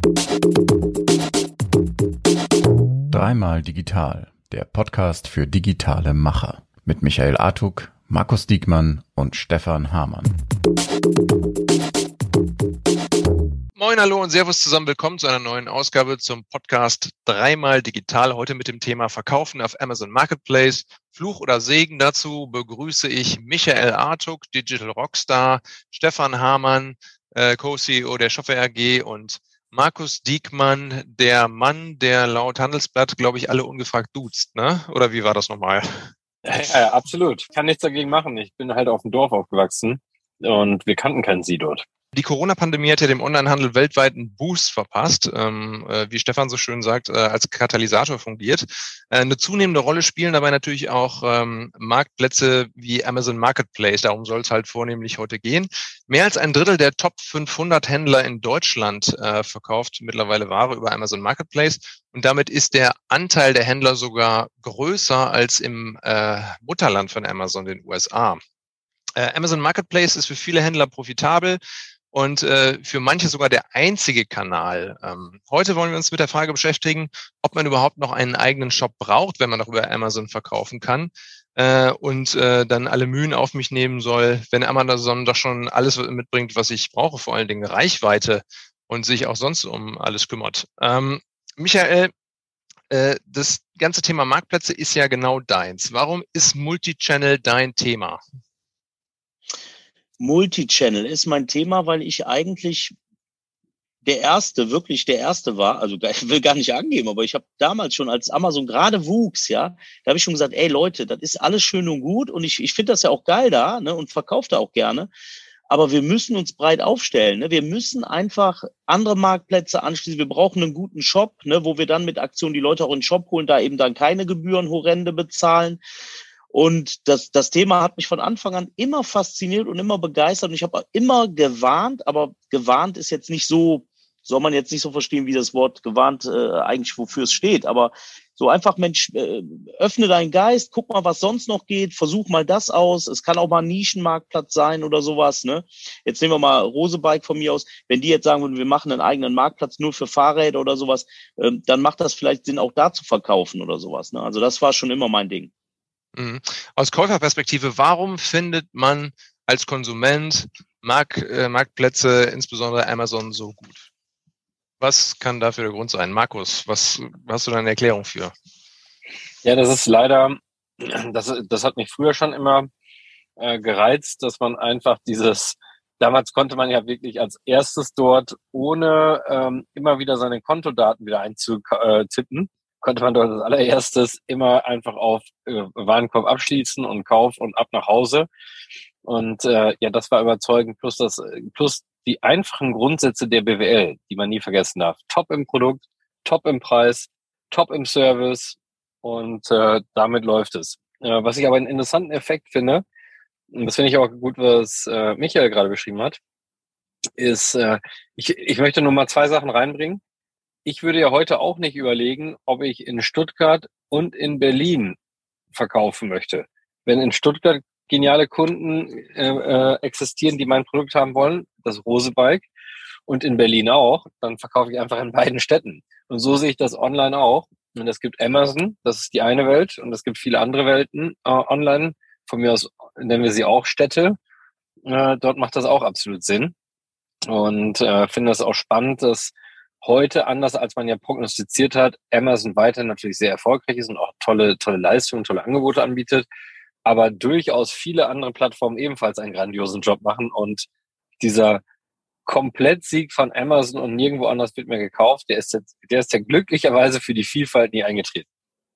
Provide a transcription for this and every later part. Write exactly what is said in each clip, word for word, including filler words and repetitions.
Dreimal digital, der Podcast für digitale Macher mit Michael Artuk, Markus Diekmann und Stefan Hamann. Moin, hallo und servus zusammen. Willkommen zu einer neuen Ausgabe zum Podcast Dreimal digital. Heute mit dem Thema Verkaufen auf Amazon Marketplace. Fluch oder Segen. Dazu begrüße ich Michael Artuk, Digital Rockstar, Stefan Hamann, äh, Co-C E O der Shopware A G und Markus Diekmann, der Mann, der laut Handelsblatt, glaube ich, alle ungefragt duzt, ne? Oder wie war das nochmal? Ja, ja, absolut. Kann nichts dagegen machen. Ich bin halt auf dem Dorf aufgewachsen und wir kannten keinen Sie dort. Die Corona-Pandemie hat ja dem Onlinehandel weltweit einen Boost verpasst, ähm, äh, wie Stefan so schön sagt, äh, als Katalysator fungiert. Äh, eine zunehmende Rolle spielen dabei natürlich auch ähm, Marktplätze wie Amazon Marketplace. Darum soll es halt vornehmlich heute gehen. Mehr als ein Drittel der Top fünfhundert Händler in Deutschland äh, verkauft mittlerweile Ware über Amazon Marketplace. Und damit ist der Anteil der Händler sogar größer als im äh, Mutterland von Amazon, den U S A. Äh, Amazon Marketplace ist für viele Händler profitabel und äh, für manche sogar der einzige Kanal. Ähm, heute wollen wir uns mit der Frage beschäftigen, ob man überhaupt noch einen eigenen Shop braucht, wenn man noch über Amazon verkaufen kann äh, und äh, dann alle Mühen auf mich nehmen soll, wenn Amazon doch schon alles mitbringt, was ich brauche, vor allen Dingen Reichweite und sich auch sonst um alles kümmert. Ähm, Michael, äh, das ganze Thema Marktplätze ist ja genau deins. Warum ist Multichannel dein Thema? Multichannel ist mein Thema, weil ich eigentlich der Erste, wirklich der Erste war, also ich will gar nicht angeben, aber ich habe damals schon, als Amazon gerade wuchs, ja, da habe ich schon gesagt, ey Leute, das ist alles schön und gut und ich, ich finde das ja auch geil da, ne, und verkaufe da auch gerne, aber wir müssen uns breit aufstellen, ne, wir müssen einfach andere Marktplätze anschließen, wir brauchen einen guten Shop, ne, wo wir dann mit Aktionen die Leute auch in den Shop holen, da eben dann keine Gebühren horrende bezahlen. Und das, das Thema hat mich von Anfang an immer fasziniert und immer begeistert. Und ich habe immer gewarnt, aber gewarnt ist jetzt nicht so, soll man jetzt nicht so verstehen, wie das Wort gewarnt äh, eigentlich wofür es steht. Aber so einfach, Mensch, äh, öffne deinen Geist, guck mal, was sonst noch geht, versuch mal das aus. Es kann auch mal ein Nischenmarktplatz sein oder sowas, ne? Jetzt nehmen wir mal Rosebike von mir aus. Wenn die jetzt sagen würden, wir machen einen eigenen Marktplatz nur für Fahrräder oder sowas, äh, dann macht das vielleicht Sinn, auch da zu verkaufen oder sowas, ne? Also das war schon immer mein Ding. Aus Käuferperspektive, warum findet man als Konsument Mark, äh, Marktplätze, insbesondere Amazon, so gut? Was kann dafür der Grund sein? Markus, was hast du da eine Erklärung für? Ja, das ist leider, das, das hat mich früher schon immer äh, gereizt, dass man einfach dieses, damals konnte man ja wirklich als erstes dort, ohne ähm, immer wieder seine Kontodaten wieder einzutippen, konnte man dort als allererstes immer einfach auf äh, Warenkorb abschließen und Kauf und ab nach Hause. Und äh, ja, das war überzeugend, plus das, plus die einfachen Grundsätze der B W L, die man nie vergessen darf. Top im Produkt, top im Preis, top im Service und äh, damit läuft es. Äh, was ich aber einen interessanten Effekt finde, und das finde ich auch gut, was äh, Michael gerade beschrieben hat, ist, äh, ich, ich möchte nur mal zwei Sachen reinbringen. Ich würde ja heute auch nicht überlegen, ob ich in Stuttgart und in Berlin verkaufen möchte. Wenn in Stuttgart geniale Kunden äh, äh, existieren, die mein Produkt haben wollen, das Rosebike, und in Berlin auch, dann verkaufe ich einfach in beiden Städten. Und so sehe ich das online auch. Und es gibt Amazon, das ist die eine Welt, und es gibt viele andere Welten äh, online. Von mir aus nennen wir sie auch Städte. Äh, dort macht das auch absolut Sinn. Und äh, finde das auch spannend, dass heute, anders als man ja prognostiziert hat, Amazon weiter natürlich sehr erfolgreich ist und auch tolle, tolle Leistungen, tolle Angebote anbietet, aber durchaus viele andere Plattformen ebenfalls einen grandiosen Job machen und dieser Komplettsieg von Amazon und nirgendwo anders wird mehr gekauft, der ist jetzt, der ist ja glücklicherweise für die Vielfalt nie eingetreten.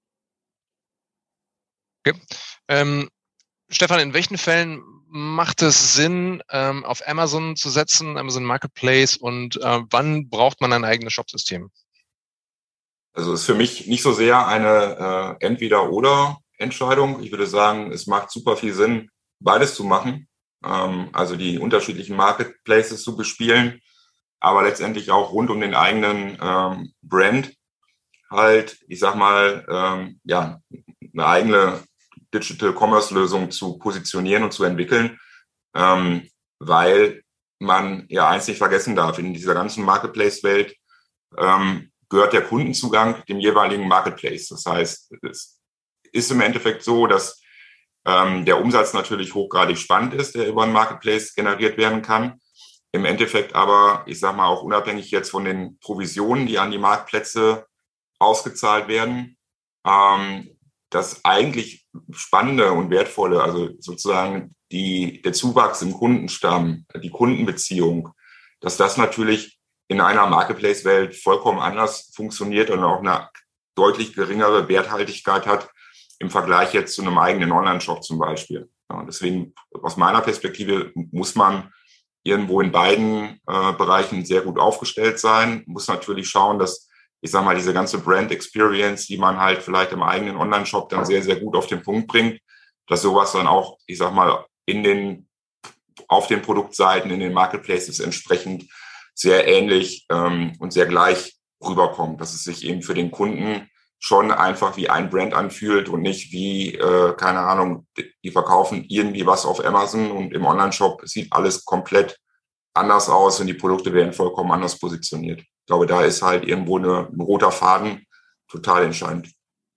Okay. Ähm, Stefan, in welchen Fällen macht es Sinn, ähm, auf Amazon zu setzen, Amazon Marketplace, und äh, wann braucht man ein eigenes Shopsystem? Also es ist für mich nicht so sehr eine äh, Entweder-oder-Entscheidung. Ich würde sagen, es macht super viel Sinn, beides zu machen. Ähm, also die unterschiedlichen Marketplaces zu bespielen, aber letztendlich auch rund um den eigenen ähm, Brand halt, ich sag mal, ähm, ja, eine eigene Digital Commerce Lösung zu positionieren und zu entwickeln, ähm, weil man ja eins nicht vergessen darf: In dieser ganzen Marketplace-Welt ähm, gehört der Kundenzugang dem jeweiligen Marketplace. Das heißt, es ist im Endeffekt so, dass ähm, der Umsatz natürlich hochgradig spannend ist, der über einen Marketplace generiert werden kann. Im Endeffekt aber, ich sage mal, auch unabhängig jetzt von den Provisionen, die an die Marktplätze ausgezahlt werden, ähm, das eigentlich Spannende und Wertvolle, also sozusagen die, der Zuwachs im Kundenstamm, die Kundenbeziehung, dass das natürlich in einer Marketplace-Welt vollkommen anders funktioniert und auch eine deutlich geringere Werthaltigkeit hat im Vergleich jetzt zu einem eigenen Online-Shop zum Beispiel. Ja, deswegen aus meiner Perspektive muss man irgendwo in beiden äh, Bereichen sehr gut aufgestellt sein, muss natürlich schauen, dass, ich sag mal, diese ganze Brand Experience, die man halt vielleicht im eigenen Online-Shop dann sehr, sehr gut auf den Punkt bringt, dass sowas dann auch, ich sag mal, in den, auf den Produktseiten, in den Marketplaces entsprechend sehr ähnlich ähm, und sehr gleich rüberkommt, dass es sich eben für den Kunden schon einfach wie ein Brand anfühlt und nicht wie, äh, keine Ahnung, die verkaufen irgendwie was auf Amazon und im Online-Shop sieht alles komplett anders aus und die Produkte werden vollkommen anders positioniert. Ich glaube, da ist halt irgendwo eine, ein roter Faden total entscheidend.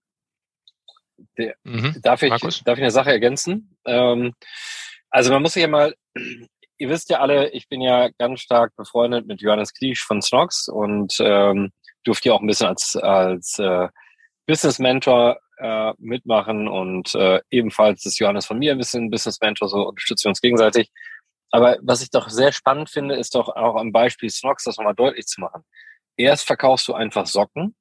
Der, mhm. darf, ich, darf ich eine Sache ergänzen? Ähm, also man muss sich ja mal, ihr wisst ja alle, ich bin ja ganz stark befreundet mit Johannes Kliesch von Snox und ähm, durfte ja auch ein bisschen als, als äh, Business Mentor äh, mitmachen und äh, ebenfalls ist Johannes von mir ein bisschen Business Mentor, so unterstützen wir uns gegenseitig. Aber was ich doch sehr spannend finde, ist doch auch am Beispiel Snox das nochmal deutlich zu machen. Erst verkaufst du einfach Socken,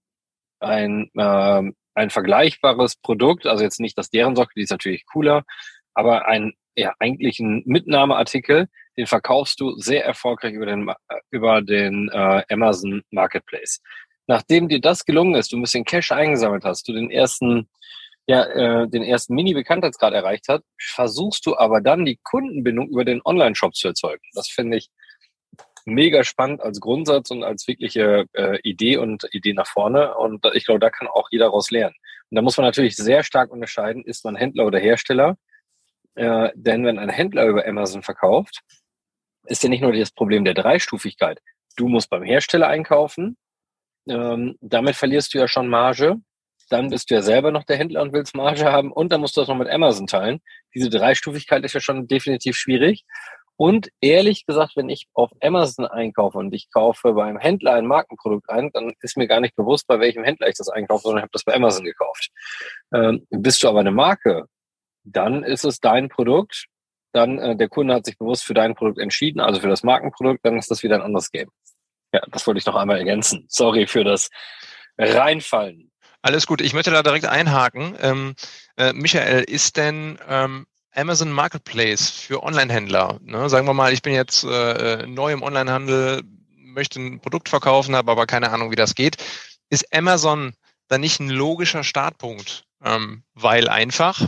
ein äh, ein vergleichbares Produkt, also jetzt nicht das deren Socke, die ist natürlich cooler, aber ein ja eigentlich ein Mitnahmeartikel, den verkaufst du sehr erfolgreich über den über den äh, Amazon Marketplace. Nachdem dir das gelungen ist, du ein bisschen Cash eingesammelt hast, du den ersten, ja, äh, den ersten Mini-Bekanntheitsgrad erreicht hast, versuchst du aber dann die Kundenbindung über den Online-Shop zu erzeugen. Das finde ich mega spannend als Grundsatz und als wirkliche äh, Idee und Idee nach vorne. Und ich glaube, da kann auch jeder daraus lernen. Und da muss man natürlich sehr stark unterscheiden, ist man Händler oder Hersteller. Äh, denn wenn ein Händler über Amazon verkauft, ist ja nicht nur das Problem der Dreistufigkeit. Du musst beim Hersteller einkaufen, Ähm, damit verlierst du ja schon Marge. Dann bist du ja selber noch der Händler und willst Marge haben. Und dann musst du das noch mit Amazon teilen. Diese Dreistufigkeit ist ja schon definitiv schwierig. Und ehrlich gesagt, wenn ich auf Amazon einkaufe und ich kaufe beim Händler ein Markenprodukt ein, dann ist mir gar nicht bewusst, bei welchem Händler ich das einkaufe, sondern ich habe das bei Amazon gekauft. Ähm, bist du aber eine Marke, dann ist es dein Produkt. Dann äh, der Kunde hat sich bewusst für dein Produkt entschieden, also für das Markenprodukt, dann ist das wieder ein anderes Game. Ja, das wollte ich noch einmal ergänzen. Sorry für das Reinfallen. Alles gut, ich möchte da direkt einhaken. Ähm, äh, Michael, ist denn ähm, Amazon Marketplace für Online-Händler, ne? Sagen wir mal, ich bin jetzt äh, neu im Onlinehandel, möchte ein Produkt verkaufen, habe aber keine Ahnung, wie das geht. Ist Amazon dann nicht ein logischer Startpunkt? Ähm, weil einfach?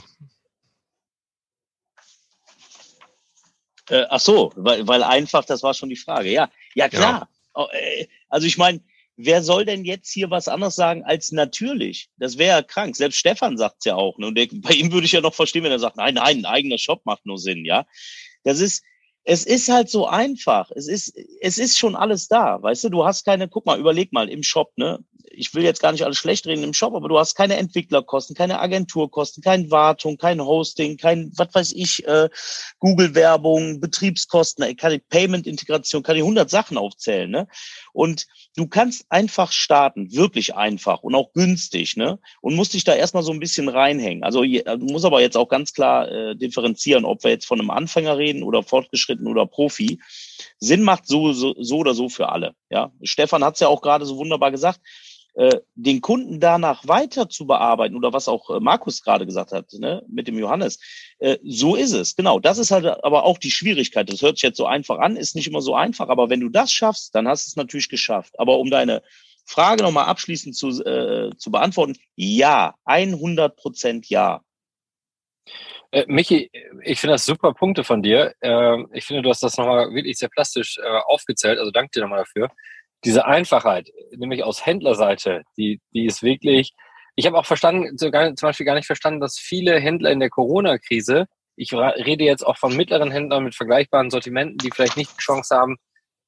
Äh, ach so, weil, weil einfach, das war schon die Frage. Ja, ja klar. Genau. Also ich meine, wer soll denn jetzt hier was anderes sagen als natürlich? Das wäre ja krank. Selbst Stefan sagt es ja auch. Ne? Und der, bei ihm würde ich ja noch verstehen, wenn er sagt, nein, nein, ein eigener Shop macht nur Sinn. Ja, das ist, es ist halt so einfach. Es ist, es ist schon alles da. Weißt du, du hast keine, guck mal, überleg mal im Shop, ne? Ich will jetzt gar nicht alles schlecht reden im Shop, aber du hast keine Entwicklerkosten, keine Agenturkosten, keine Wartung, kein Hosting, kein, was weiß ich, äh, Google-Werbung, Betriebskosten, kann ich Payment-Integration, kann ich hundert Sachen aufzählen, ne? Und du kannst einfach starten, wirklich einfach und auch günstig, ne? Und musst dich da erstmal so ein bisschen reinhängen. Also du musst aber jetzt auch ganz klar äh, differenzieren, ob wir jetzt von einem Anfänger reden oder fortgeschritten oder Profi. Sinn macht so, so, so oder so für alle, ja? Stefan hat es ja auch gerade so wunderbar gesagt. Äh, den Kunden danach weiter zu bearbeiten oder was auch äh, Markus gerade gesagt hat, ne, mit dem Johannes. Äh, so ist es, genau. Das ist halt aber auch die Schwierigkeit. Das hört sich jetzt so einfach an, ist nicht immer so einfach, aber wenn du das schaffst, dann hast du es natürlich geschafft. Aber um deine Frage nochmal abschließend zu, äh, zu beantworten, ja, hundert Prozent ja. Äh, Michi, ich finde das super Punkte von dir. Äh, ich finde, du hast das nochmal wirklich sehr plastisch äh, aufgezählt, also danke dir nochmal dafür. Diese Einfachheit, nämlich aus Händlerseite, die, die ist wirklich, ich habe auch verstanden, sogar, zum Beispiel gar nicht verstanden, dass viele Händler in der Corona-Krise, ich rede jetzt auch von mittleren Händlern mit vergleichbaren Sortimenten, die vielleicht nicht die Chance haben,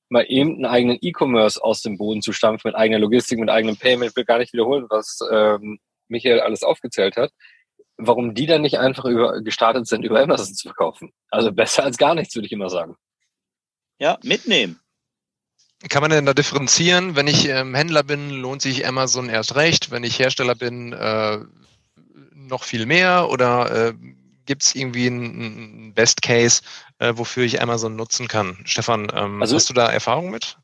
mal eben einen eigenen E-Commerce aus dem Boden zu stampfen, mit eigener Logistik, mit eigenem Payment, ich will gar nicht wiederholen, was ähm, Michael alles aufgezählt hat, warum die dann nicht einfach über, gestartet sind, über Amazon zu verkaufen. Also besser als gar nichts, würde ich immer sagen. Ja, mitnehmen. Kann man denn da differenzieren? Wenn ich ähm, Händler bin, lohnt sich Amazon erst recht. Wenn ich Hersteller bin, äh, noch viel mehr? Oder äh, gibt es irgendwie einen Best Case, äh, wofür ich Amazon nutzen kann? Stefan, ähm, also, hast du da Erfahrung mit?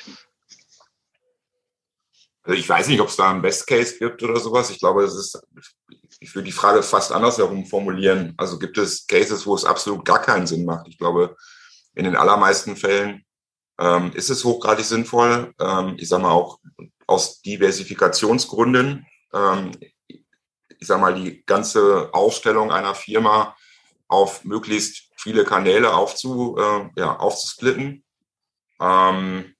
Also ich weiß nicht, ob es da einen Best Case gibt oder sowas. Ich glaube, es ist, ich würde die Frage fast andersherum formulieren. Also gibt es Cases, wo es absolut gar keinen Sinn macht? Ich glaube, in den allermeisten Fällen ähm, ist es hochgradig sinnvoll. Ähm, ich sage mal auch aus Diversifikationsgründen. Ähm, ich sage mal, die ganze Aufstellung einer Firma auf möglichst viele Kanäle aufzu, äh, ja, aufzusplitten. Ähm,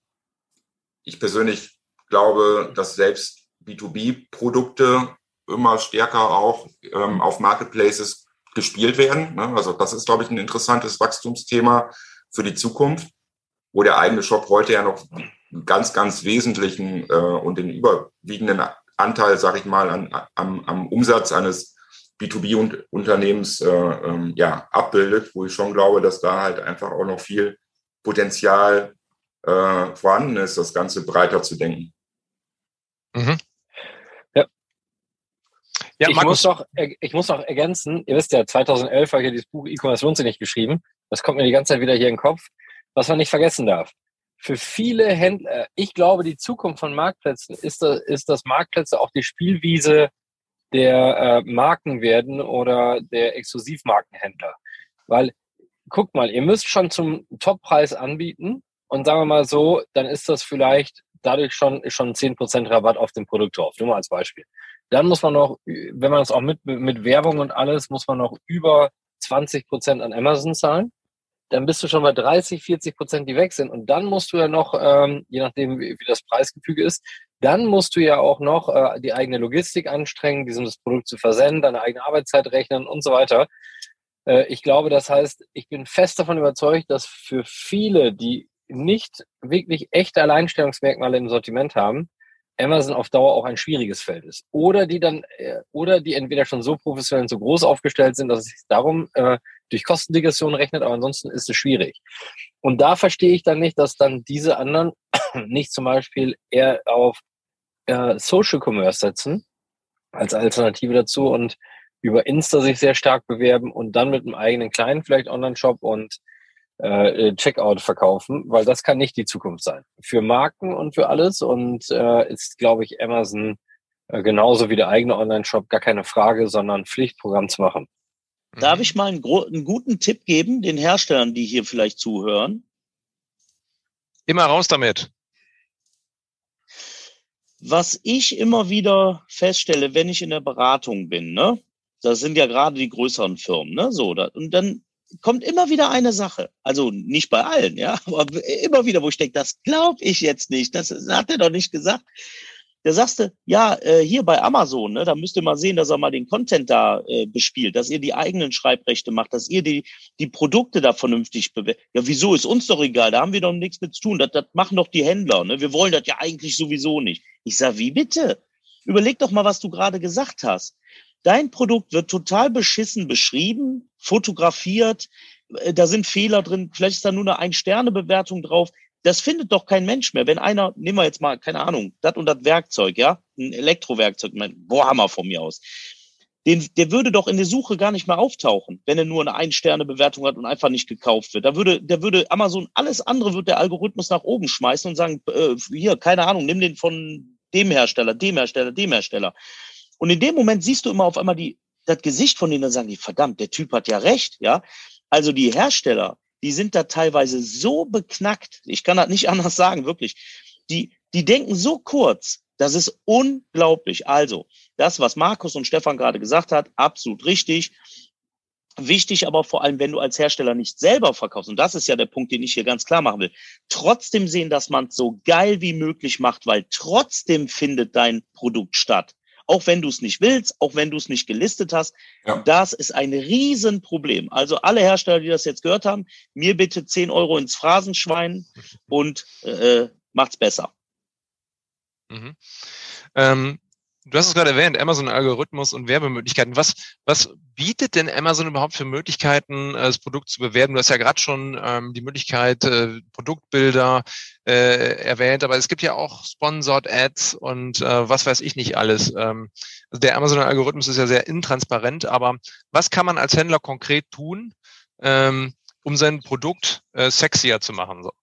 ich persönlich glaube, dass selbst B zwei B-Produkte immer stärker auch ähm, auf Marketplaces gespielt werden. Ne? Also das ist, glaube ich, ein interessantes Wachstumsthema für die Zukunft, wo der eigene Shop heute ja noch einen ganz, ganz wesentlichen äh, und den überwiegenden Anteil, sage ich mal, an, am, am Umsatz eines B zwei B-Unternehmens äh, ähm, ja, abbildet, wo ich schon glaube, dass da halt einfach auch noch viel Potenzial äh, vorhanden ist, das Ganze breiter zu denken. Mhm. Ja. Ja, ich, muss noch, ich muss noch ergänzen, ihr wisst ja, zweitausendelf habe ich ja dieses Buch E-Commerce lohnt sich nicht geschrieben. Das kommt mir die ganze Zeit wieder hier in den Kopf. Was man nicht vergessen darf. Für viele Händler, ich glaube, die Zukunft von Marktplätzen ist, ist dass Marktplätze auch die Spielwiese der äh, Marken werden oder der Exklusivmarkenhändler. Weil, guckt mal, ihr müsst schon zum Toppreis anbieten und sagen wir mal so, dann ist das vielleicht dadurch schon, schon zehn Prozent Rabatt auf dem Produkt drauf. Nur mal als Beispiel. Dann muss man noch, wenn man es auch mit, mit Werbung und alles, muss man noch über zwanzig Prozent an Amazon zahlen. Dann bist du schon bei dreißig, vierzig Prozent, die weg sind. Und dann musst du ja noch, ähm, je nachdem, wie, wie das Preisgefüge ist, dann musst du ja auch noch äh, die eigene Logistik anstrengen, dieses Produkt zu versenden, deine eigene Arbeitszeit rechnen und so weiter. Äh, ich glaube, das heißt, ich bin fest davon überzeugt, dass für viele, die nicht wirklich echte Alleinstellungsmerkmale im Sortiment haben, Amazon auf Dauer auch ein schwieriges Feld ist. Oder die dann, äh, oder die entweder schon so professionell und so groß aufgestellt sind, dass es sich darum äh, durch Kostendegression rechnet, aber ansonsten ist es schwierig. Und da verstehe ich dann nicht, dass dann diese anderen nicht zum Beispiel eher auf äh, Social Commerce setzen als Alternative dazu und über Insta sich sehr stark bewerben und dann mit einem eigenen kleinen vielleicht Online-Shop und äh, Checkout verkaufen, weil das kann nicht die Zukunft sein. Für Marken und für alles und äh, ist, glaube ich, Amazon äh, genauso wie der eigene Online-Shop gar keine Frage, sondern Pflichtprogramm zu machen. Darf ich mal einen, gro- einen guten Tipp geben, den Herstellern, die hier vielleicht zuhören? Immer raus damit. Was ich immer wieder feststelle, wenn ich in der Beratung bin, ne, das sind ja gerade die größeren Firmen, ne, so, da, und dann kommt immer wieder eine Sache, also nicht bei allen, ja, aber immer wieder, wo ich denke, das glaube ich jetzt nicht, das hat er doch nicht gesagt. Da sagst du, ja, äh, hier bei Amazon, ne, da müsst ihr mal sehen, dass er mal den Content da äh, bespielt, dass ihr die eigenen Schreibrechte macht, dass ihr die die Produkte da vernünftig bewertet. Ja, wieso, ist uns doch egal, da haben wir doch nichts mit zu tun, das, das machen doch die Händler, ne, wir wollen das ja eigentlich sowieso nicht. Ich sag, wie bitte? Überleg doch mal, was du gerade gesagt hast. Dein Produkt wird total beschissen beschrieben, fotografiert, äh, da sind Fehler drin, vielleicht ist da nur eine Ein-Sterne-Bewertung drauf. Das findet doch kein Mensch mehr. Wenn einer, nehmen wir jetzt mal, keine Ahnung, das und das Werkzeug, ja, ein Elektrowerkzeug, mein Bohrhammer von mir aus, den, der würde doch in der Suche gar nicht mehr auftauchen, wenn er nur eine Ein-Sterne-Bewertung hat und einfach nicht gekauft wird. Da würde, der würde Amazon, alles andere wird der Algorithmus nach oben schmeißen und sagen, äh, hier, keine Ahnung, nimm den von dem Hersteller, dem Hersteller, dem Hersteller. Und in dem Moment siehst du immer auf einmal die, das Gesicht von denen, dann sagen die, verdammt, der Typ hat ja recht, ja. Also die Hersteller, die sind da teilweise so beknackt, ich kann das nicht anders sagen, wirklich. Die, die denken so kurz, das ist unglaublich. Also, das, was Markus und Stefan gerade gesagt hat, absolut richtig. Wichtig aber vor allem, wenn du als Hersteller nicht selber verkaufst, und das ist ja der Punkt, den ich hier ganz klar machen will, trotzdem sehen, dass man es so geil wie möglich macht, weil trotzdem findet dein Produkt statt. Auch wenn du es nicht willst, auch wenn du es nicht gelistet hast. Ja. Das ist ein Riesenproblem. Also alle Hersteller, die das jetzt gehört haben, mir bitte zehn Euro ins Phrasenschwein und äh, macht's besser. Mhm. Ähm, du hast es gerade erwähnt, Amazon-Algorithmus und Werbemöglichkeiten. Was, was bietet denn Amazon überhaupt für Möglichkeiten, das Produkt zu bewerben? Du hast ja gerade schon ähm, die Möglichkeit, äh, Produktbilder äh, erwähnt, aber es gibt ja auch Sponsored Ads und äh, was weiß ich nicht alles. Ähm, also der Amazon-Algorithmus ist ja sehr intransparent, aber was kann man als Händler konkret tun, ähm, um sein Produkt äh, sexier zu machen? So.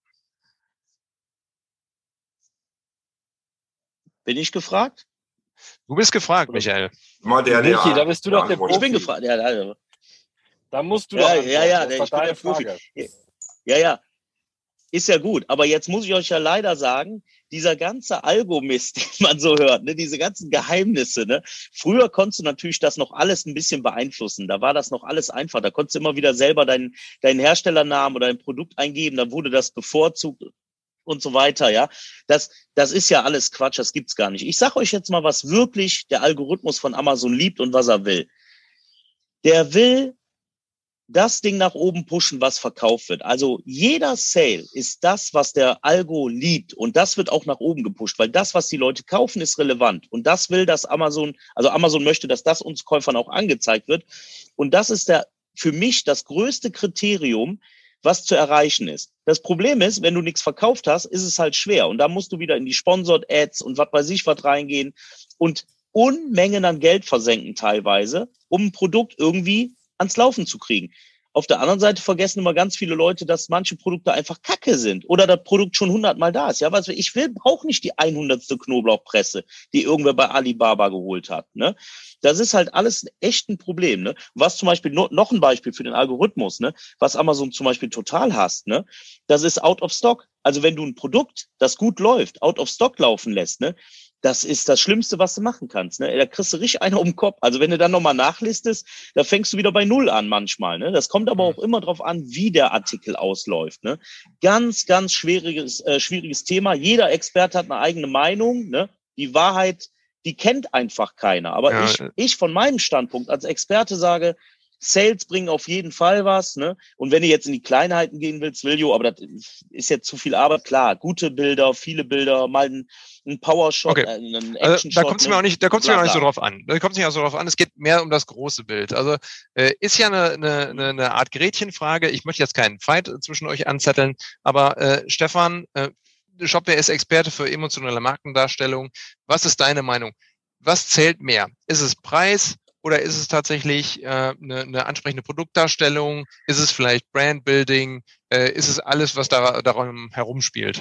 Bin ich gefragt? Du bist gefragt, Michael. Mal der, der, Michi, da bist du doch der Profi. Ich bin gefragt. Ja, da, da musst du ja, doch ja, ja, das ich ist bin der Profi. Frage. Ja, ja. Ist ja gut. Aber jetzt muss ich euch ja leider sagen, dieser ganze Algomist, den man so hört, ne, diese ganzen Geheimnisse, ne. Früher konntest du natürlich das noch alles ein bisschen beeinflussen. Da war das noch alles einfach. Da konntest du immer wieder selber deinen, deinen Herstellernamen oder dein Produkt eingeben. Da wurde das bevorzugt und so weiter, ja. Das, das ist ja alles Quatsch, das gibt's gar nicht. Ich sag euch jetzt mal, was wirklich der Algorithmus von Amazon liebt und was er will. Der will das Ding nach oben pushen, was verkauft wird. Also jeder Sale ist das, was der Algo liebt und das wird auch nach oben gepusht, weil das, was die Leute kaufen, ist relevant und das will, dass Amazon, also Amazon möchte, dass das uns Käufern auch angezeigt wird und das ist der für mich das größte Kriterium, was zu erreichen ist. Das Problem ist, wenn du nichts verkauft hast, ist es halt schwer. Und da musst du wieder in die Sponsored Ads und was weiß ich was reingehen und Unmengen an Geld versenken teilweise, um ein Produkt irgendwie ans Laufen zu kriegen. Auf der anderen Seite vergessen immer ganz viele Leute, dass manche Produkte einfach Kacke sind oder das Produkt schon hundertmal da ist. Ja, was ich will, brauche nicht die hundertste Knoblauchpresse, die irgendwer bei Alibaba geholt hat. Ne? Das ist halt alles echt ein Problem. Ne? Was zum Beispiel, no, noch ein Beispiel für den Algorithmus, ne? Was Amazon zum Beispiel total hasst, ne? Das ist out of stock. Also wenn du ein Produkt, das gut läuft, out of stock laufen lässt, ne? Das ist das Schlimmste, was du machen kannst. Ne? Da kriegst du richtig einer um den Kopf. Also wenn du dann nochmal nachlistest, da fängst du wieder bei Null an manchmal. Ne? Das kommt aber auch immer drauf an, wie der Artikel ausläuft. Ne? Ganz, ganz schwieriges, äh, schwieriges Thema. Jeder Experte hat eine eigene Meinung. Ne? Die Wahrheit, die kennt einfach keiner. Aber ja. ich, ich von meinem Standpunkt als Experte sage, Sales bringen auf jeden Fall was, ne? Und wenn du jetzt in die Kleinheiten gehen willst, Viljo, aber das ist jetzt zu viel Arbeit, klar, gute Bilder, viele Bilder, mal ein, ein Powershot, okay. äh, ein Actionshot. Also, da kommt es ne? mir auch nicht, da kommt es mir auch nicht so drauf an. Da kommt es nicht auch so drauf an. Es geht mehr um das große Bild. Also äh, ist ja eine, eine, eine Art Gretchenfrage. Ich möchte jetzt keinen Fight zwischen euch anzetteln, aber äh, Stefan, äh, Shopware ist Experte für emotionale Markendarstellung. Was ist deine Meinung? Was zählt mehr? Ist es Preis? Oder ist es tatsächlich äh, eine, eine ansprechende Produktdarstellung? Ist es vielleicht Brandbuilding? Äh, ist es alles, was da darum herumspielt?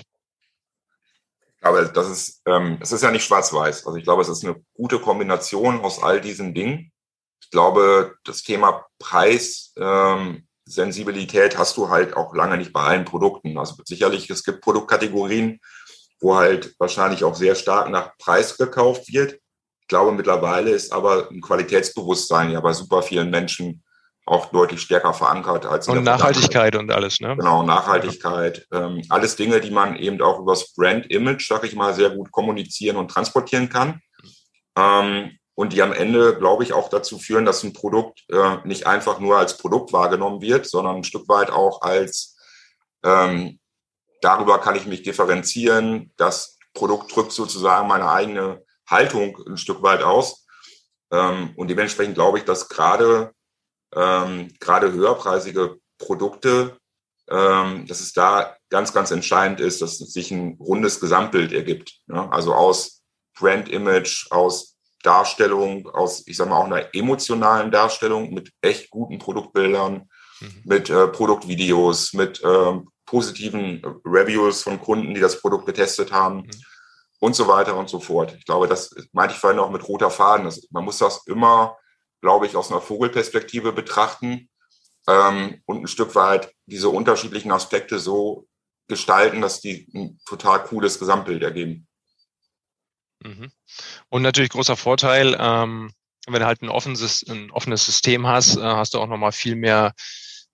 Aber das ist, ähm, es ist ja nicht schwarz-weiß. Also ich glaube, es ist eine gute Kombination aus all diesen Dingen. Ich glaube, das Thema Preis, ähm, Sensibilität hast du halt auch lange nicht bei allen Produkten. Also sicherlich, es gibt Produktkategorien, wo halt wahrscheinlich auch sehr stark nach Preis gekauft wird. Ich glaube, mittlerweile ist aber ein Qualitätsbewusstsein ja bei super vielen Menschen auch deutlich stärker verankert als in und der Nachhaltigkeit und alles, ne? Genau, Nachhaltigkeit. Ja. Ähm, alles Dinge, die man eben auch übers Brand-Image, sag ich mal, sehr gut kommunizieren und transportieren kann. Ähm, und die am Ende, glaube ich, auch dazu führen, dass ein Produkt äh, nicht einfach nur als Produkt wahrgenommen wird, sondern ein Stück weit auch als, ähm, darüber kann ich mich differenzieren. Das Produkt drückt sozusagen meine eigene Haltung ein Stück weit aus. Ähm, und dementsprechend glaube ich, dass gerade ähm, gerade höherpreisige Produkte, ähm, dass es da ganz, ganz entscheidend ist, dass sich ein rundes Gesamtbild ergibt. Ne? Also aus Brand-Image, aus Darstellung, aus, ich sag mal, auch einer emotionalen Darstellung mit echt guten Produktbildern, mhm. mit äh, Produktvideos, mit äh, positiven Reviews von Kunden, die das Produkt getestet haben. Mhm. Und so weiter und so fort. Ich glaube, das meinte ich vorhin auch mit roter Faden. Das, man muss das immer, glaube ich, aus einer Vogelperspektive betrachten ähm, und ein Stück weit diese unterschiedlichen Aspekte so gestalten, dass die ein total cooles Gesamtbild ergeben. Mhm. Und natürlich großer Vorteil, ähm, wenn du halt ein offenes, ein offenes System hast, äh, hast du auch nochmal viel mehr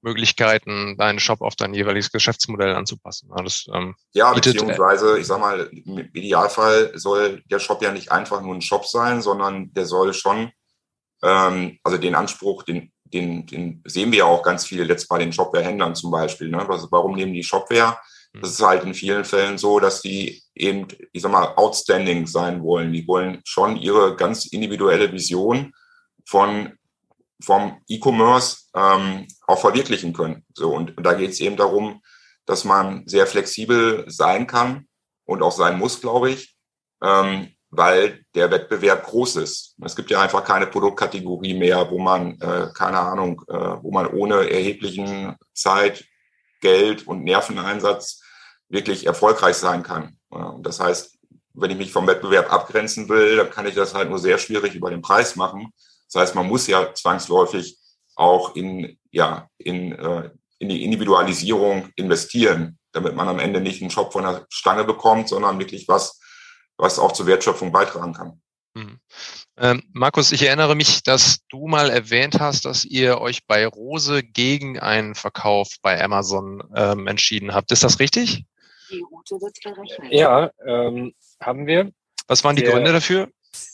Möglichkeiten, deinen Shop auf dein jeweiliges Geschäftsmodell anzupassen. Das, ähm, ja, beziehungsweise, ich sag mal, im Idealfall soll der Shop ja nicht einfach nur ein Shop sein, sondern der soll schon, ähm, also den Anspruch, den, den, den sehen wir ja auch ganz viele jetzt bei den Shopware-Händlern zum Beispiel. Ne? Also warum nehmen die Shopware? Das ist halt in vielen Fällen so, dass die eben, ich sag mal, outstanding sein wollen. Die wollen schon ihre ganz individuelle Vision von vom E-Commerce ähm, auch verwirklichen können. So, und, und da geht es eben darum, dass man sehr flexibel sein kann und auch sein muss, glaube ich, ähm, weil der Wettbewerb groß ist. Es gibt ja einfach keine Produktkategorie mehr, wo man, äh, keine Ahnung, äh, wo man ohne erheblichen Zeit, Geld und Nerveneinsatz wirklich erfolgreich sein kann. Ja, das heißt, wenn ich mich vom Wettbewerb abgrenzen will, dann kann ich das halt nur sehr schwierig über den Preis machen. Das heißt, man muss ja zwangsläufig auch in, ja, in, äh, in die Individualisierung investieren, damit man am Ende nicht einen Shop von der Stange bekommt, sondern wirklich was, was auch zur Wertschöpfung beitragen kann. Mhm. Ähm, Markus, ich erinnere mich, dass du mal erwähnt hast, dass ihr euch bei Rose gegen einen Verkauf bei Amazon ähm, entschieden habt. Ist das richtig? Die Route wird berechnet. Ja, ähm, haben wir. Was waren die Der, Gründe dafür?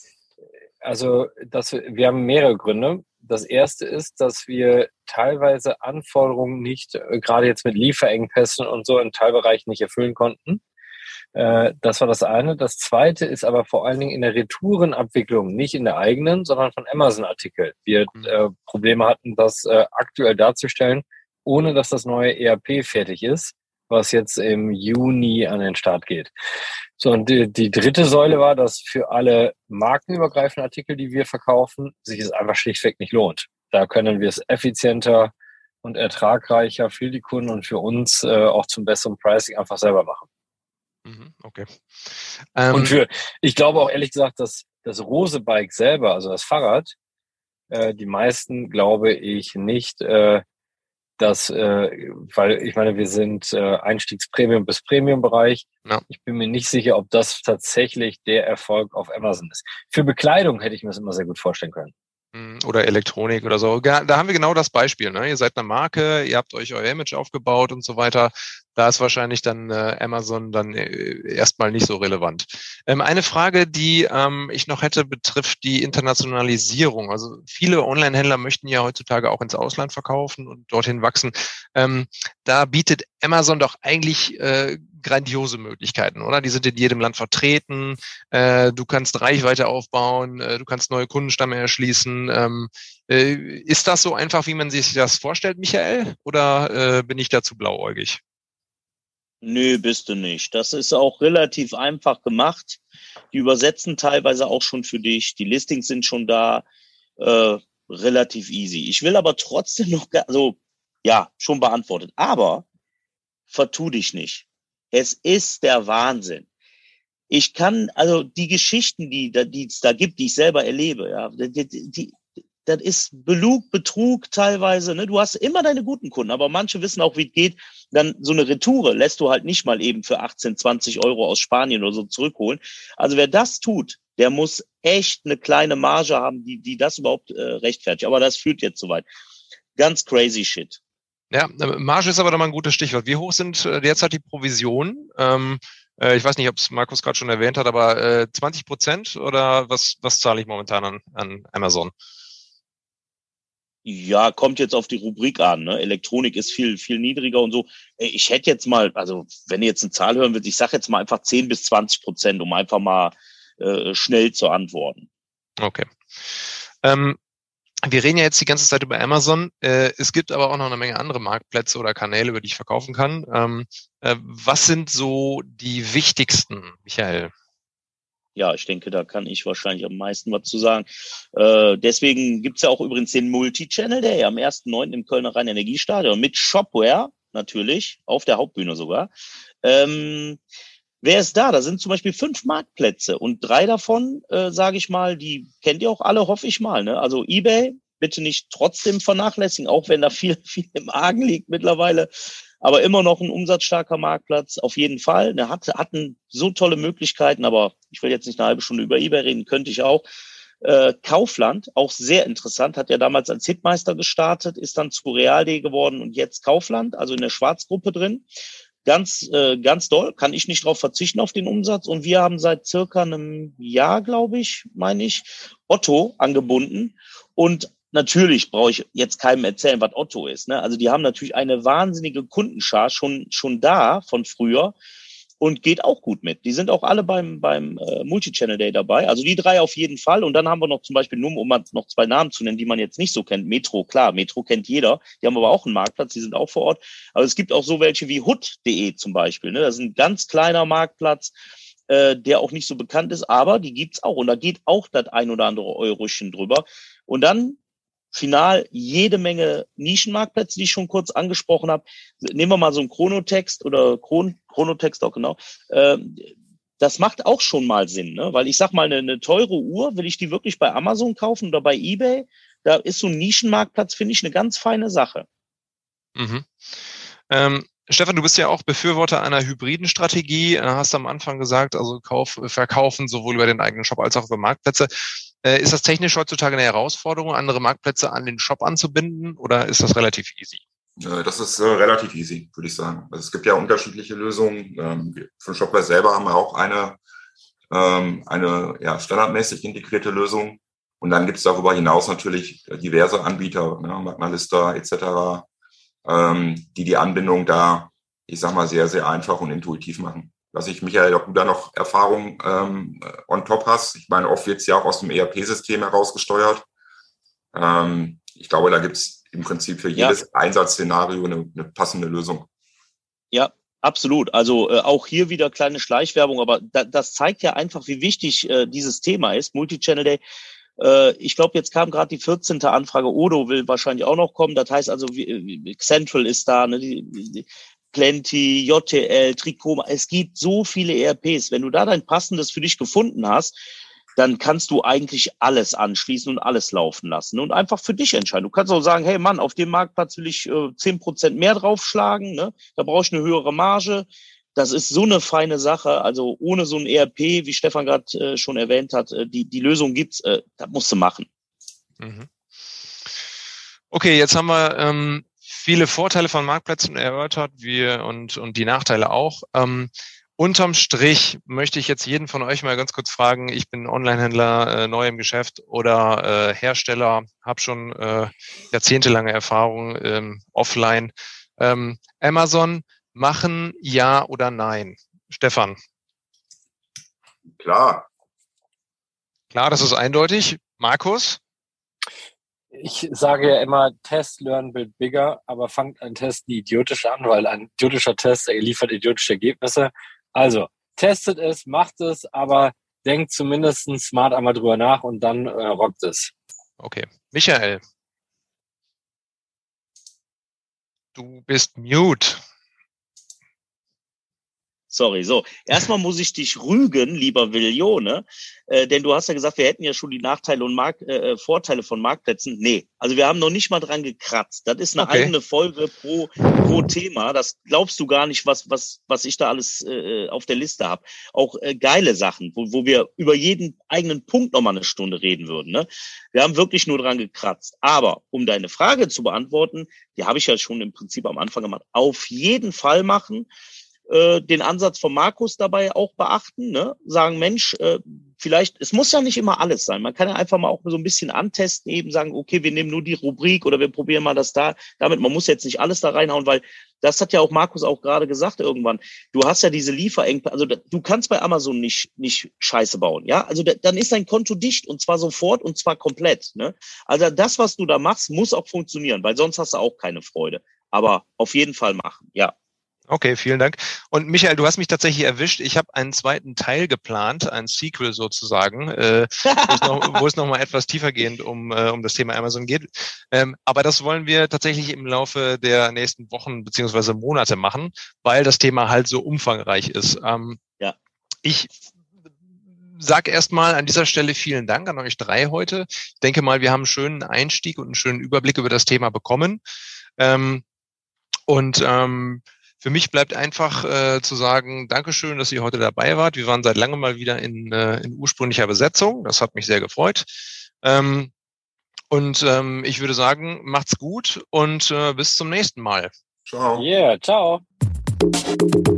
Also, dass wir, wir haben mehrere Gründe. Das erste ist, dass wir teilweise Anforderungen nicht, äh, gerade jetzt mit Lieferengpässen und so in Teilbereichen nicht erfüllen konnten. Äh, das war das eine. Das zweite ist aber vor allen Dingen in der Retourenabwicklung, nicht in der eigenen, sondern von Amazon-Artikeln. Wir äh, Probleme hatten, das äh, aktuell darzustellen, ohne dass das neue E R P fertig ist, was jetzt im Juni an den Start geht. So, und die, die dritte Säule war, dass für alle markenübergreifenden Artikel, die wir verkaufen, sich es einfach schlichtweg nicht lohnt. Da können wir es effizienter und ertragreicher für die Kunden und für uns äh, auch zum besseren Pricing einfach selber machen. Mhm, okay. Ähm, und für, ich glaube auch ehrlich gesagt, dass das Rose-Bike selber, also das Fahrrad, äh, die meisten, glaube ich, nicht äh, Das, äh, weil ich meine, wir sind äh, Einstiegs-Premium- bis Premium-Bereich. Ja. Ich bin mir nicht sicher, ob das tatsächlich der Erfolg auf Amazon ist. Für Bekleidung hätte ich mir das immer sehr gut vorstellen können. Oder Elektronik oder so. Da haben wir genau das Beispiel. Ne? Ihr seid eine Marke, ihr habt euch euer Image aufgebaut und so weiter. Da ist wahrscheinlich dann äh, Amazon dann äh, erstmal nicht so relevant. Ähm, eine Frage, die ähm, ich noch hätte, betrifft die Internationalisierung. Also viele Online-Händler möchten ja heutzutage auch ins Ausland verkaufen und dorthin wachsen. Ähm, da bietet Amazon doch eigentlich äh, grandiose Möglichkeiten, oder? Die sind in jedem Land vertreten. Äh, du kannst Reichweite aufbauen, äh, du kannst neue Kundenstamme erschließen. Ähm, äh, ist das so einfach, wie man sich das vorstellt, Michael? Oder äh, bin ich da zu blauäugig? Nö, bist du nicht. Das ist auch relativ einfach gemacht. Die übersetzen teilweise auch schon für dich. Die Listings sind schon da. Äh, relativ easy. Ich will aber trotzdem noch, also ja, schon beantwortet. Aber vertu dich nicht. Es ist der Wahnsinn. Ich kann, also die Geschichten, die die es da gibt, die ich selber erlebe, ja, die, die, das ist Belug, Betrug teilweise. Ne? Du hast immer deine guten Kunden, aber manche wissen auch, wie es geht. Dann so eine Retoure lässt du halt nicht mal eben für achtzehn, zwanzig Euro aus Spanien oder so zurückholen. Also wer das tut, der muss echt eine kleine Marge haben, die die das überhaupt äh, rechtfertigt. Aber das führt jetzt soweit. Ganz crazy shit. Ja, Marge ist aber doch mal ein gutes Stichwort. Wie hoch sind äh, derzeit die Provisionen? Ähm, äh, ich weiß nicht, ob es Markus gerade schon erwähnt hat, aber äh, zwanzig Prozent oder was, was zahle ich momentan an, an Amazon? Ja, kommt jetzt auf die Rubrik an. Ne? Elektronik ist viel, viel niedriger und so. Ich hätte jetzt mal, also wenn ihr jetzt eine Zahl hören würdet, ich sage jetzt mal einfach zehn bis zwanzig Prozent, um einfach mal äh, schnell zu antworten. Okay. Ähm, wir reden ja jetzt die ganze Zeit über Amazon. Äh, es gibt aber auch noch eine Menge andere Marktplätze oder Kanäle, über die ich verkaufen kann. Ähm, äh, was sind so die wichtigsten, Michael? Ja, ich denke, da kann ich wahrscheinlich am meisten was zu sagen. Äh, deswegen gibt's ja auch übrigens den Multi-Channel, der ja am ersten neunten im Kölner Rhein-Energiestadion mit Shopware natürlich, auf der Hauptbühne sogar. Ähm, wer ist da? Da sind zum Beispiel fünf Marktplätze und drei davon, äh, sage ich mal, die kennt ihr auch alle, hoffe ich mal. Ne? Also eBay, bitte nicht trotzdem vernachlässigen, auch wenn da viel, viel im Argen liegt mittlerweile. Aber immer noch ein umsatzstarker Marktplatz, auf jeden Fall. Der hat, hatten so tolle Möglichkeiten, aber ich will jetzt nicht eine halbe Stunde über eBay reden, könnte ich auch. Äh, Kaufland, auch sehr interessant, hat ja damals als Hitmeister gestartet, ist dann zu Real.de geworden und jetzt Kaufland, also in der Schwarzgruppe drin. Ganz, äh, ganz doll, kann ich nicht drauf verzichten auf den Umsatz. Und wir haben seit circa einem Jahr, glaube ich, meine ich, Otto angebunden. Und natürlich brauche ich jetzt keinem erzählen, was Otto ist, ne? Also die haben natürlich eine wahnsinnige Kundenschar schon, schon da von früher. Und geht auch gut mit. Die sind auch alle beim beim äh, Multi-Channel Day dabei. Also die drei auf jeden Fall. Und dann haben wir noch zum Beispiel, nur um mal noch zwei Namen zu nennen, die man jetzt nicht so kennt. Metro, klar, Metro kennt jeder. Die haben aber auch einen Marktplatz, die sind auch vor Ort. Aber es gibt auch so welche wie hood punkt de zum Beispiel. Ne? Das ist ein ganz kleiner Marktplatz, äh, der auch nicht so bekannt ist, aber die gibt's auch. Und da geht auch das ein oder andere Eurochen drüber. Und dann final jede Menge Nischenmarktplätze, die ich schon kurz angesprochen habe. Nehmen wir mal so einen Chronotext oder Chron Chronotext auch genau. Ähm, das macht auch schon mal Sinn, ne? Weil ich sag mal, eine, eine teure Uhr, will ich die wirklich bei Amazon kaufen oder bei eBay? Da ist so ein Nischenmarktplatz, finde ich, eine ganz feine Sache. Mhm. Ähm, Stefan, du bist ja auch Befürworter einer hybriden Strategie. Hast am Anfang gesagt, also Kauf, verkaufen sowohl über den eigenen Shop als auch über Marktplätze. Äh, ist das technisch heutzutage eine Herausforderung, andere Marktplätze an den Shop anzubinden, oder ist das relativ easy? Das ist äh, relativ easy, würde ich sagen. Also es gibt ja unterschiedliche Lösungen. Ähm, für Shopware selber haben wir auch eine, ähm, eine ja, standardmäßig integrierte Lösung. Und dann gibt es darüber hinaus natürlich diverse Anbieter, ne, Magnalista et cetera, ähm, die die Anbindung da, ich sag mal, sehr, sehr einfach und intuitiv machen. Weiß ich, Michael, ob du da noch Erfahrung ähm, on top hast. Ich meine, oft wird es ja auch aus dem E R P-System herausgesteuert. Ähm, ich glaube, da gibt es im Prinzip für jedes ja. Einsatzszenario eine, eine passende Lösung. Ja, absolut. Also äh, auch hier wieder kleine Schleichwerbung, aber da, das zeigt ja einfach, wie wichtig äh, dieses Thema ist. Multi-Channel Day. Äh, ich glaube, jetzt kam gerade die vierzehnte Anfrage. Odo will wahrscheinlich auch noch kommen. Das heißt also, wie, wie Central ist da, ne? Die, die, Plenty, J T L, Tricoma. Es gibt so viele E R Ps. Wenn du da dein passendes für dich gefunden hast, dann kannst du eigentlich alles anschließen und alles laufen lassen und einfach für dich entscheiden. Du kannst auch sagen, hey Mann, auf dem Marktplatz will ich äh, zehn Prozent mehr draufschlagen, ne? Da brauche ich eine höhere Marge. Das ist so eine feine Sache. Also ohne so ein E R P, wie Stefan gerade äh, schon erwähnt hat, äh, die, die Lösung gibt's, äh, das musst du machen. Mhm. Okay, jetzt haben wir ähm, viele Vorteile von Marktplätzen erörtert, wir und, und die Nachteile auch. Ähm, unterm Strich möchte ich jetzt jeden von euch mal ganz kurz fragen, ich bin Onlinehändler, äh, neu im Geschäft oder äh, Hersteller, habe schon äh, jahrzehntelange Erfahrung ähm, offline. Ähm, Amazon machen, ja oder nein? Stefan? Klar. Klar, das ist eindeutig. Markus? Ich sage ja immer, Test, Learn, Build Bigger, aber fangt ein Test nie idiotisch an, weil ein idiotischer Test, er liefert idiotische Ergebnisse. Also, testet es, macht es, aber denkt zumindest smart einmal drüber nach und dann äh, rockt es. Okay. Michael? Du bist mute. Sorry, so. Erstmal muss ich dich rügen, lieber Vilione, äh, denn du hast ja gesagt, wir hätten ja schon die Nachteile und Mark äh, Vorteile von Marktplätzen. Nee, also wir haben noch nicht mal dran gekratzt. Das ist eine okay. eigene Folge pro pro Thema. Das glaubst du gar nicht, was was was ich da alles äh, auf der Liste habe. Auch äh, geile Sachen, wo, wo wir über jeden eigenen Punkt nochmal eine Stunde reden würden. Ne? Wir haben wirklich nur dran gekratzt. Aber um deine Frage zu beantworten, die habe ich ja schon im Prinzip am Anfang gemacht, auf jeden Fall machen. Den Ansatz von Markus dabei auch beachten, ne? Sagen, Mensch, äh, vielleicht, es muss ja nicht immer alles sein. Man kann ja einfach mal auch so ein bisschen antesten, eben sagen, okay, wir nehmen nur die Rubrik oder wir probieren mal das da. Damit, man muss jetzt nicht alles da reinhauen, weil das hat ja auch Markus auch gerade gesagt irgendwann. Du hast ja diese Lieferengpässe, also du kannst bei Amazon nicht nicht Scheiße bauen, ja? Also da, dann ist dein Konto dicht und zwar sofort und zwar komplett, ne? Also das, was du da machst, muss auch funktionieren, weil sonst hast du auch keine Freude. Aber auf jeden Fall machen, ja. Okay, vielen Dank. Und Michael, du hast mich tatsächlich erwischt. Ich habe einen zweiten Teil geplant, ein Sequel sozusagen, äh, wo, es noch, wo es noch mal etwas tiefergehend um äh, um das Thema Amazon geht. Ähm, aber das wollen wir tatsächlich im Laufe der nächsten Wochen beziehungsweise Monate machen, weil das Thema halt so umfangreich ist. Ähm, ja. Ich sag erstmal an dieser Stelle vielen Dank an euch drei heute. Ich denke mal, wir haben einen schönen Einstieg und einen schönen Überblick über das Thema bekommen. Ähm, und ähm, für mich bleibt einfach äh, zu sagen, Dankeschön, dass ihr heute dabei wart. Wir waren seit langem mal wieder in, äh, in ursprünglicher Besetzung. Das hat mich sehr gefreut. Ähm, und ähm, ich würde sagen, macht's gut und äh, bis zum nächsten Mal. Ciao. Yeah, ciao.